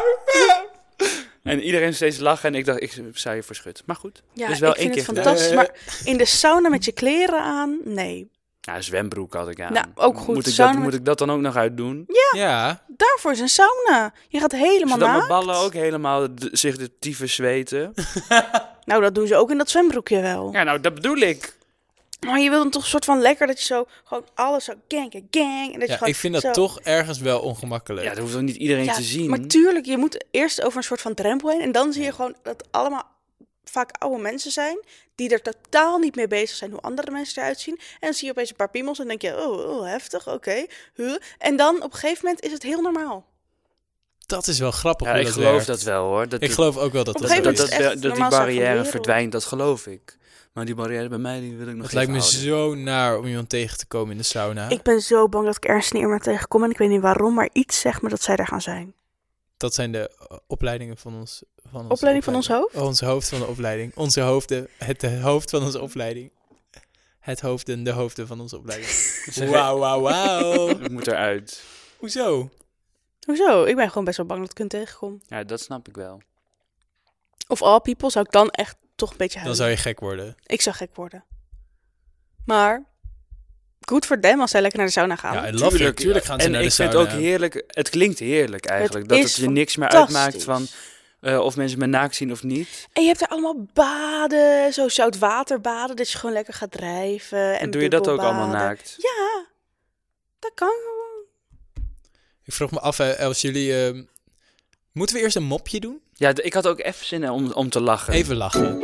En iedereen steeds lachen en ik dacht, ik zou je verschut. Maar goed, Ja, dus wel ik één vind keer het gedaan. fantastisch. Maar in de sauna met je kleren aan, nee. Ja, zwembroek had ik aan. Nou, ook goed. Moet ik, Sauna dat, met- moet ik dat dan ook nog uitdoen? Ja, Daarvoor is een sauna. Je gaat helemaal Zodat mijn naakt. ballen ook helemaal d- zich de tyfus zweten. Nou, dat doen ze ook in dat zwembroekje wel. Ja, nou, dat bedoel ik. Maar je wil dan toch een soort van lekker dat je zo gewoon alles zo gang, gang, gang. En dat je ja gewoon ik vind dat zo- toch ergens wel ongemakkelijk. Ja, dat hoeft toch niet iedereen Ja, te zien? maar tuurlijk, je moet eerst over een soort van drempel heen. En dan zie je gewoon dat allemaal vaak oude mensen zijn die er totaal niet mee bezig zijn hoe andere mensen eruit zien. En dan zie je opeens een paar piemels en denk je, oh, oh heftig, oké. Huh. En dan op een gegeven moment is het heel normaal. Dat is wel grappig Ja, hoe ik dat geloof werkt. dat wel, hoor. Dat Ik geloof ook wel dat Op dat een zo dat, gegeven is. dat, moment dat, is het dat echt die normaal zijn van de barrière wereld. verdwijnt, dat geloof ik. Maar die barrière bij mij, die wil ik nog Het lijkt me even houden. zo naar om iemand tegen te komen in de sauna. Ik ben zo bang dat ik ergens niet meer tegenkom en ik weet niet waarom, maar iets zegt me dat zij daar gaan zijn. Dat zijn de uh, opleidingen van ons. Van onze Opleiding van ons hoofd? Oh, onze hoofd van de opleiding. Onze hoofden. Het eh, hoofd van onze opleiding. Het hoofden, de hoofden van onze opleiding. Wauw, wauw, wauw. Ik moet eruit. Hoezo? Hoezo? Ik ben gewoon best wel bang dat ik hun tegenkom. Ja, dat snap ik wel. Of all people zou ik dan echt toch een beetje Dan huilen. zou je gek worden. Ik zou gek worden. Maar, good for them als zij lekker naar de sauna gaan. Ja, I love it. Tuurlijk gaan ze en naar de ik vind sauna. het ook heerlijk, het klinkt heerlijk eigenlijk. Het dat is het je niks meer fantastisch. uitmaakt van uh, of mensen me naakt zien of niet. En je hebt er allemaal baden, zo zout waterbaden, dat je gewoon lekker gaat drijven. En, En doe je dat ook allemaal bubbelbaden. naakt? Ja, dat kan gewoon. Ik vroeg me af, eh, als jullie... ehm, moeten we eerst een mopje doen? Ja, d- ik had ook even zin in om, om te lachen. Even lachen.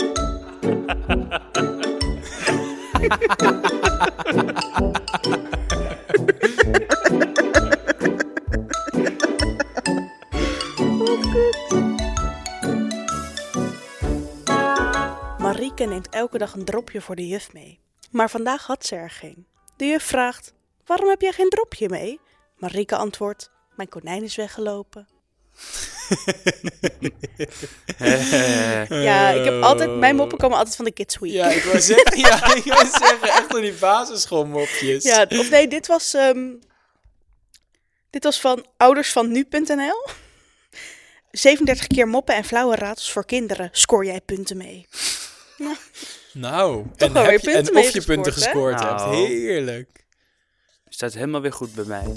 Marieke neemt elke dag een dropje voor de juf mee. Maar vandaag had ze er geen. De juf vraagt, waarom heb jij geen dropje mee? Marieke antwoordt, mijn konijn is weggelopen. Ja, ik heb altijd, mijn moppen komen altijd van de Kids Week. Ja, ik wou zeggen, ja, ik wou zeggen echt van die basisschoolmopjes. Ja, of nee, dit was, ehm, dit was van oudersvannu punt n l. zevenendertig keer moppen en flauwe raadsels voor kinderen. Scoor jij punten mee? Nou, Toch en, wel heb weer je, punten en of je meegescoord, punten hè? gescoord Nou. hebt. Heerlijk. Staat helemaal weer goed bij mij.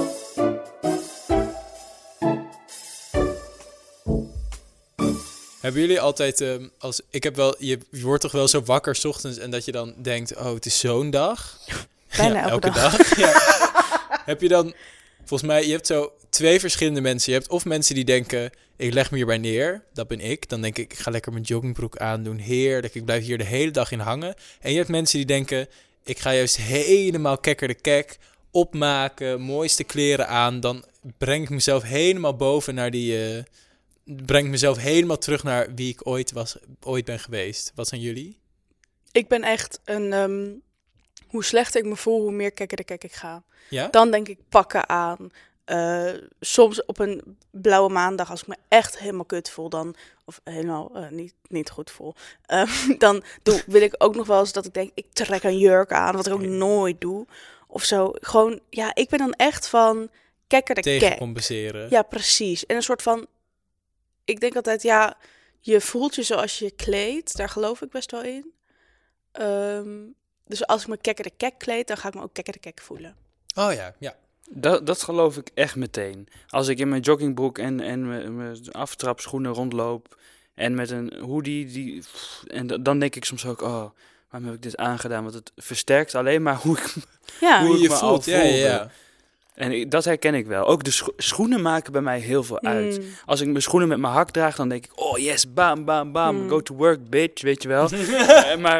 Hebben jullie altijd, ehm, als ik heb wel, je, je wordt toch wel zo wakker 's ochtends en dat je dan denkt, oh, het is zo'n dag. Bijna Ja, elke, dag. dag. Ja. Heb je dan, volgens mij, je hebt zo twee verschillende mensen. Je hebt of mensen die denken, ik leg me hierbij neer, dat ben ik. Dan denk ik, ik ga lekker mijn joggingbroek aandoen, heerlijk. Ik blijf hier de hele dag in hangen. En je hebt mensen die denken, ik ga juist helemaal kekker de kek opmaken, mooiste kleren aan. Dan breng ik mezelf helemaal boven naar die, eh, breng ik mezelf helemaal terug naar wie ik ooit was, ooit ben geweest. Wat zijn jullie? Ik ben echt een... ehm, hoe slechter ik me voel, hoe meer kekker de kek ik ga. Ja? Dan denk ik pakken aan. Eh, soms op een blauwe maandag, als ik me echt helemaal kut voel, dan, of helemaal eh, niet, niet goed voel, eh, dan doe, wil ik ook nog wel eens dat ik denk, ik trek een jurk aan, wat ik ook nooit doe. Of zo. Gewoon, ja, ik ben dan echt van kekker de kek. Tegencompenseren. Ja, precies. En een soort van, ik denk altijd, ja, je voelt je zoals je je kleedt. Daar geloof ik best wel in. Ehm, dus als ik me kekker de kek kleed, dan ga ik me ook kekker de kek voelen. Oh ja, ja. Dat, dat geloof ik echt meteen. Als ik in mijn joggingbroek en, en mijn- mijn aftrapschoenen rondloop en met een hoodie, die, pff, en da- dan denk ik soms ook, oh, waarom heb ik dit aangedaan? Want het versterkt alleen maar hoe ik, Ja, hoe Hoe ik je me voelt. al Ja, ja, voelde. ja. En ik- dat herken ik wel. Ook de scho- schoenen maken bij mij heel veel uit. Mm. Als ik mijn schoenen met mijn hak draag, dan denk ik, oh yes, bam, bam, bam, Mm. go to work, bitch, weet je wel. Eh, maar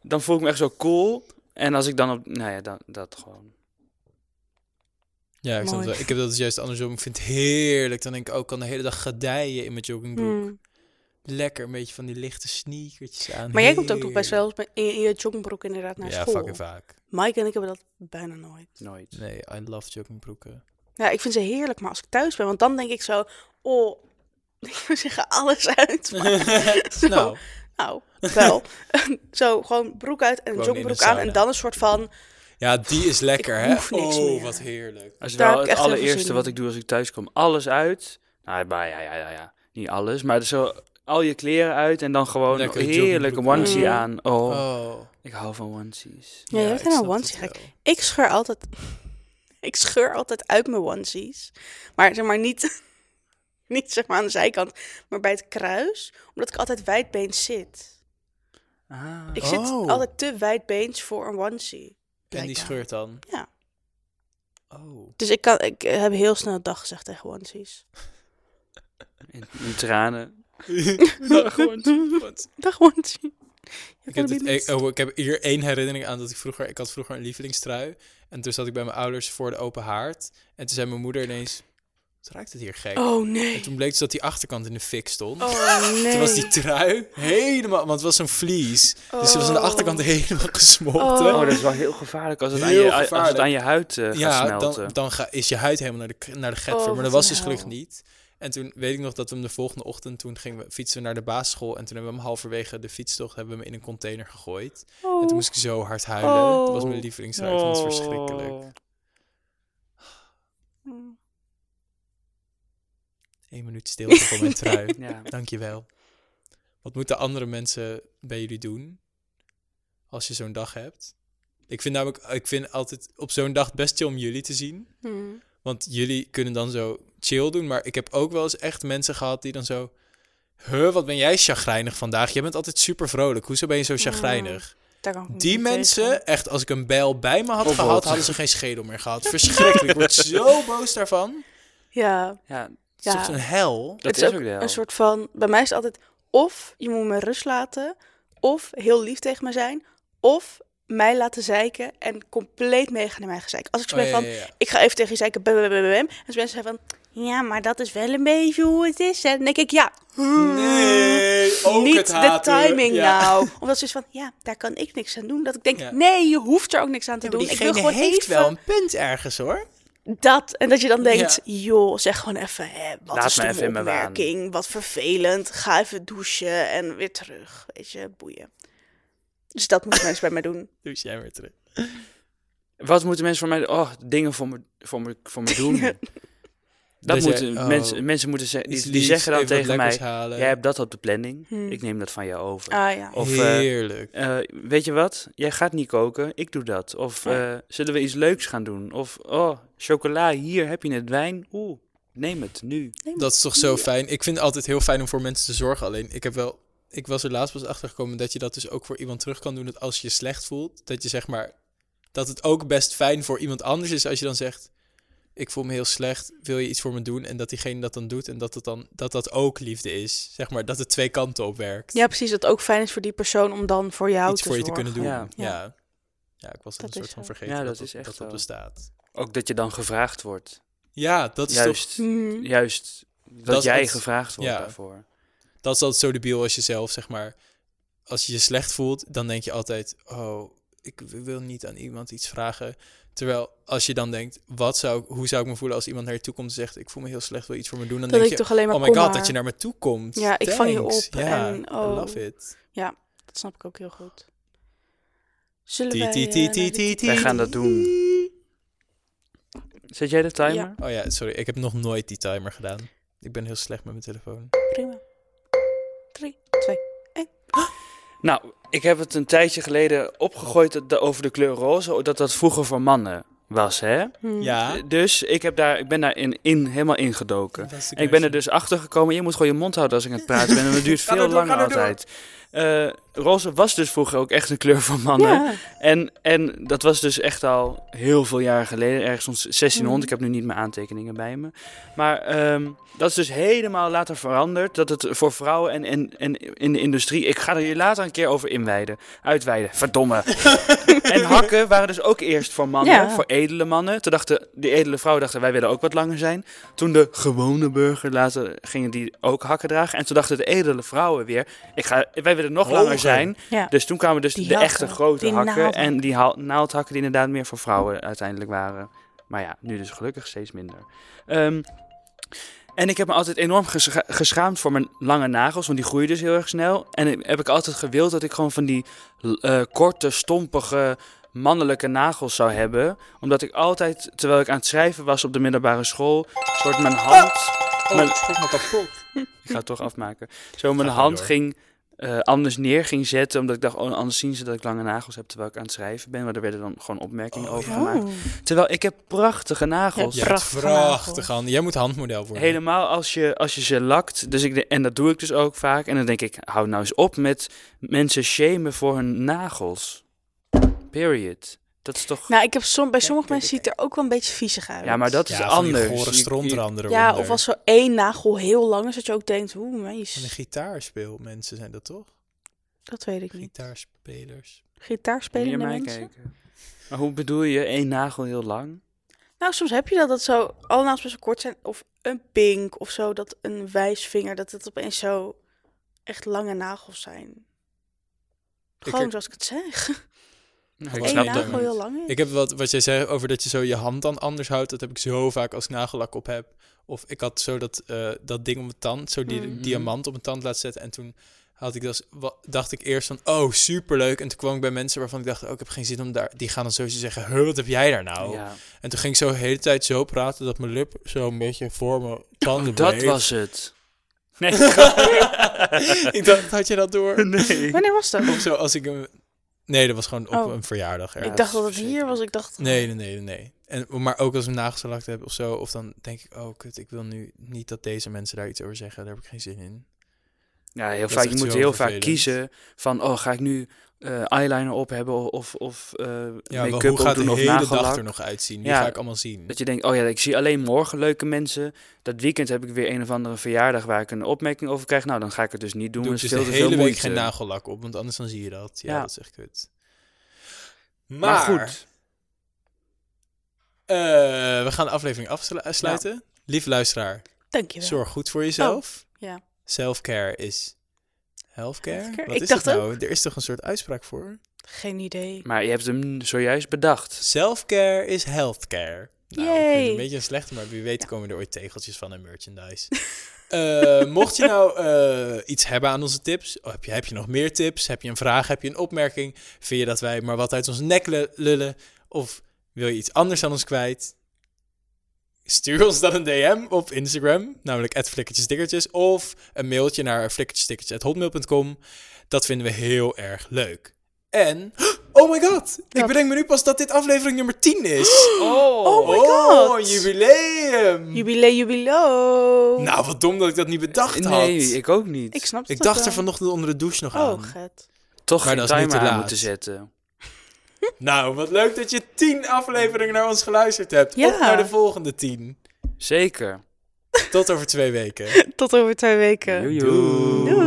dan voel ik me echt zo cool. En als ik dan op... Nou ja, dan, dat gewoon. Ja, ik, snap Mooi. het wel. Ik heb dat dus juist andersom. Ik vind het heerlijk. Dan denk ik ook, kan de hele dag gedijen in mijn joggingbroek. Hmm. Lekker, een beetje van die lichte sneakertjes aan. Maar jij komt ook nog best Heerlijk. wel eens met- in, in je joggingbroek inderdaad naar Ja, school. fucking vaak. Mike en ik hebben dat bijna nooit. Nooit. Nee, I love joggingbroeken. Ja, ik vind ze heerlijk, maar als ik thuis ben, want dan denk ik zo, oh, ik wil zeggen alles uit. Maar, zo, Nou, nou, wel. Zo, gewoon broek uit en een Gewoon joggingbroek in een aan en sauna. dan een soort van, ja, die is lekker, Ik hè? hoef niks Oh, meer. wat heerlijk. Dat is Daar wel heb ik het echt heel veel allereerste zin wat in. ik doe als ik thuis kom. Alles uit. Nou, maar ja, ja, ja, ja. Niet alles, maar zo al je kleren uit en dan gewoon Lekker heerlijk een joggingbroek onesie aan. aan. Oh, Oh. ik hou van onesies. ja, je hebt ik helemaal snap onesie het gek. wel. Ik scheur altijd, ik scheur altijd uit mijn onesies. Maar zeg maar niet, niet zeg maar aan de zijkant, maar bij het kruis, omdat ik altijd wijdbeens zit. Ah. Ik zit Oh. altijd te wijdbeens voor een onesie. En die blijkbaar. scheurt dan? Ja. Oh. Dus ik, kan, ik heb heel snel dag gezegd tegen onesies. In, in tranen. Dag, onesie. Wat? Dag onesie. Ik heb, dit, ik, oh, ik heb hier één herinnering aan dat ik vroeger... Ik had vroeger een lievelingstrui. En toen zat ik bij mijn ouders voor de open haard. En toen zei mijn moeder ineens... Wat ruikt het hier gek? Oh En nee. toen bleek dus dat die achterkant in de fik stond. Oh nee. Toen was die trui helemaal... Want het was zo'n vlies. Dus ze was aan de Oh. achterkant helemaal gesmolten. Oh. Oh, dat is wel heel gevaarlijk als het, aan Heel je, als het gevaarlijk. aan je huid eh, gaat Ja, smelten. dan, dan ga, is je huid helemaal naar de, naar de getver. Oh, maar wat dat was een dus hel. gelukkig niet. En toen weet ik nog dat we hem de volgende ochtend... Toen gingen we, fietsen we naar de basisschool. En toen hebben we hem halverwege de fietstocht... hebben we hem in een container gegooid. Oh. En toen moest ik zo hard huilen. Oh. Dat was mijn lievelingstrui. Ik vond het verschrikkelijk. Oh. Mm. Eén minuut stilte voor mijn trui. Ja. Dankjewel. Wat moeten andere mensen bij jullie doen? Als je zo'n dag hebt? Ik vind namelijk... Ik vind altijd op zo'n dag best chill om jullie te zien. Mm. Want jullie kunnen dan zo chill doen. Maar ik heb ook wel eens echt mensen gehad die dan zo... Huh, wat ben jij chagrijnig vandaag? Jij bent altijd super vrolijk. Hoezo ben je zo chagrijnig? Daar kan ik me Die niet tegen. mensen, echt, als ik een bijl bij me had Of gehad... wat? hadden ze geen schedel meer gehad. Verschrikkelijk. Ik word zo boos daarvan. Ja, Ja, Het is Ja. toch een hel? dat het is, is ook ook de hel. een soort van... Bij mij is het altijd of je moet me rust laten... of heel lief tegen me zijn... of mij laten zeiken en compleet meegaan in mijn gezeik. Als ik zo Oh, ben ja, van... ja, ja. Ik ga even tegen je zeiken... Bam, bam, bam, bam, en als mensen zeggen van... Ja, maar dat is wel een beetje hoe het is. Hè? Dan denk ik, ja... Nee, ook niet het de haten. timing Ja. nou. Omdat ze is van, ja, daar kan ik niks aan doen. Dat ik denk, Ja. nee, je hoeft er ook niks aan te Ja, maar doen. Ik diegene wil gewoon heeft even wel een punt ergens, hoor. dat. En dat je dan denkt, Ja. joh, zeg gewoon even, hè, wat Laat is me de even in mijn waan. opmerking? Wat vervelend. Ga even douchen en weer terug. Weet je, boeien. Dus dat moeten mensen bij mij doen. Dus jij weer terug. Wat moeten mensen voor mij... Oh, dingen voor me, voor me, voor me doen. Dat, Dat jij- moeten oh, mensen, mensen moeten zeggen... Die, Iets die liefs, zeggen dan even wat tegen mij... lekkers halen. Jij hebt dat op de planning. Hmm. Ik neem dat van jou over. Ah ja. Of, eh, Heerlijk. Eh, weet je wat? Jij gaat niet koken, ik doe dat. Of Ja. eh, zullen we iets leuks gaan doen? Of, oh, chocola, hier heb je het wijn. Oeh, neem het nu. Dat is toch zo fijn. Ik vind het altijd heel fijn om voor mensen te zorgen. Alleen, ik heb wel... Ik was er laatst pas achter gekomen dat je dat dus ook voor iemand terug kan doen. Dat als je je slecht voelt, dat je zeg maar... Dat het ook best fijn voor iemand anders is als je dan zegt... Ik voel me heel slecht, wil je iets voor me doen? En dat diegene dat dan doet en dat het dan, dat, dat ook liefde is. Zeg maar, dat het twee kanten op werkt. Ja, precies. Dat het ook fijn is voor die persoon om dan voor jou Iets te voor je te zorgen. kunnen doen. Ja. Ja. Ja, ja. Ik was dan Dat een is soort van zo. vergeten Ja, dat, dat is echt dat op zo. bestaat. Ook dat je dan gevraagd wordt. Ja, dat is toch... Juist, Mhm. juist dat, Dat is jij altijd- gevraagd wordt ja. daarvoor. Dat is altijd zo debiel als je zelf, zeg maar... Als je je slecht voelt, dan denk je altijd... Oh, ik wil niet aan iemand iets vragen. Terwijl als je dan denkt... Wat zou, ik- hoe zou ik me voelen als iemand naar je toe komt en zegt... Ik voel me heel slecht, wil je iets voor me doen? Dan Dan denk denk je... ik toch alleen maar, Oh my kom god, maar. dat je naar me toe komt. Ja, ik vang je Thanks. op Ja, en, I oh. love it. Dat snap ik ook heel goed. Zullen Ti, wij... ti, eh, ti, naar ti, de ti, ti- ti. Wij gaan dat doen. Zet jij de timer? Ja. Oh ja, sorry. Ik heb nog nooit die timer gedaan. Ik ben heel slecht met mijn telefoon. Prima. Drie, twee, één. Nou, ik heb het een tijdje geleden opgegooid dat- dat- over de kleur roze. Dat dat vroeger voor mannen was, hè? Hmm. Ja. Dus ik, heb daar, ik ben daar in, in, helemaal ingedoken. En ik ben er dus achter gekomen. Je moet gewoon je mond houden als ik aan het praten ben. En dat duurt Ga veel er door, langer ga er door. altijd. uh, roze was dus vroeger ook echt een kleur voor mannen. Ja. En, en dat was dus echt al heel veel jaar geleden. Ergens rond zestienhonderd. Mm. Ik heb nu niet mijn aantekeningen bij me. Maar um, dat is dus helemaal later veranderd. Dat het voor vrouwen en, en, en in de industrie... Ik ga er hier later een keer over inwijden. Uitweiden. Verdomme. En hakken waren dus ook eerst voor mannen. Ja. Voor edele mannen. Toen dachten die edele vrouwen dachten wij willen ook wat langer zijn. Toen de gewone burger later gingen die ook hakken dragen. En toen dachten de edele vrouwen weer... Ik ga, wij willen nog Hoger. langer zijn. Ja. Dus toen kwamen dus Die de hakken, echte grote die hakken. naaldhakken. En die haal- naaldhakken die inderdaad meer voor vrouwen uiteindelijk waren. Maar ja, nu dus gelukkig steeds minder. Um, en ik heb me altijd enorm gescha- geschaamd voor mijn lange nagels. Want die groeien dus heel erg snel. En heb ik altijd gewild dat ik gewoon van die uh, korte, stompige... mannelijke nagels zou hebben. Omdat ik altijd, terwijl ik aan het schrijven was op de middelbare school... soort mijn hand... Oh, mijn, schrik me kapot. ik ga het toch afmaken. Zo mijn Ga maar hand door. ging uh, anders neer ging zetten. Omdat ik dacht, oh, anders zien ze dat ik lange nagels heb terwijl ik aan het schrijven ben. Maar er werden dan gewoon opmerkingen Oh, over ja. gemaakt. Oh. Terwijl ik heb prachtige nagels. Ja, Ja, prachtige prachtig, nagels. Han. Jij moet handmodel worden. Helemaal als je, als je ze lakt. Dus ik de- en dat doe ik dus ook vaak. En dan denk ik, hou nou eens op met mensen shamen voor hun nagels. Period. Dat is toch... Nou, ik heb som, bij Ja, sommige kijk, mensen ziet het er ook wel een beetje viezig uit. ja, maar dat is Ja, van die anders. gore Je- strontranden Ja, eronder. of als zo één nagel heel lang is, dat je ook denkt, oeh, meis. Van de gitaarspeelmensen zijn dat toch? Dat weet ik niet. Gitaarspelers. Niet naar Gitaarspelende mij mensen? kijken. Maar hoe bedoel je, één nagel heel lang? Nou, soms heb je dat, dat zo, alle nagels best wel kort zijn. Of een pink, of zo, dat een wijsvinger, dat het opeens zo echt lange nagels zijn. Gewoon heb- zoals ik het zeg. Nou, Ik Eén snap nagel dat niet. heel lang is. Ik heb wat, wat jij zei over dat je zo je hand dan anders houdt. Dat heb ik zo vaak als ik nagellak op heb. Of ik had zo dat, eh, dat ding op mijn tand, zo die Mhm. diamant op mijn tand laten zetten. En toen had ik dat, wa- dacht ik eerst van, oh, superleuk. En toen kwam ik bij mensen waarvan ik dacht, oh, ik heb geen zin om daar... Die gaan dan sowieso zeggen, huh, wat heb jij daar nou? Ja. En toen ging ik zo de hele tijd zo praten dat mijn lip zo een beetje voor mijn tanden Dat bleef. was het. Nee. Ik dacht, had je dat door? nee. Wanneer was dat? Of zo, als ik een... Nee, dat was gewoon op Oh. een verjaardag. Ja, ik ergens. dacht dat dat is het hier was. Ik dacht... Nee, nee, nee, nee. En, maar ook als ik nagels gelakt heb of zo, of dan denk ik, oh kut, ik wil nu niet dat deze mensen daar iets over zeggen. Daar heb ik geen zin in. Ja, heel Dat is vaak. Je echt moet zo heel vaak vervelend. kiezen van, oh, ga ik nu uh, eyeliner op hebben of, of uh, Ja, maar make-up hoe gaat op doen de of hele nagellak. dag er nog uitzien? Die Ja. ga ik allemaal zien. Dat je denkt, oh ja, ik zie alleen morgen leuke mensen. Dat weekend heb ik weer een of andere verjaardag waar ik een opmerking over krijg. Nou, dan ga ik het dus niet doen. Doe Dat dus is de veel te veel hele week moeite. geen nagellak op, want anders dan zie je dat. Ja, Ja. dat is echt kut. Maar, Maar goed. eh, we gaan de aflevering afsluiten. Lieve luisteraar, Dankjewel. zorg goed voor jezelf. Ja. Self-care is healthcare. Healthcare? Wat Ik is dacht het nou? Er is toch een soort uitspraak voor? Geen idee. Maar je hebt hem zojuist bedacht. Self-care is healthcare. Nou, ik Yay. vind het een beetje een slechte, maar wie weet komen er ooit tegeltjes van en merchandise. Eh, mocht je nou eh, iets hebben aan onze tips, of heb je, heb je nog meer tips? Heb je een vraag? Heb je een opmerking? Vind je dat wij maar wat uit onze nek lu- lullen? Of wil je iets anders aan ons kwijt? Stuur ons dan een D M op Instagram, namelijk at flikkertjesdikkertjes, of een mailtje naar flikkertjesdikkertjes at hotmail punt com. Dat vinden we heel erg leuk. En, oh my god, ik Wat? bedenk me nu pas dat dit aflevering nummer tien is. Oh, Oh my god. jubileum. Jubilee, jubileo. Nou, wat dom dat ik dat niet bedacht had. nee, ik ook niet. Ik snap het Ik ook dacht wel. er vanochtend onder de douche nog Oh, aan. get. Toch Maar geen dat is nu timer te aan laat. moeten zetten. Nou, wat leuk dat je tien afleveringen naar ons geluisterd hebt. Ja. Op naar de volgende tien. Zeker. Tot over twee weken. Tot over twee weken. Joejoe. Doei.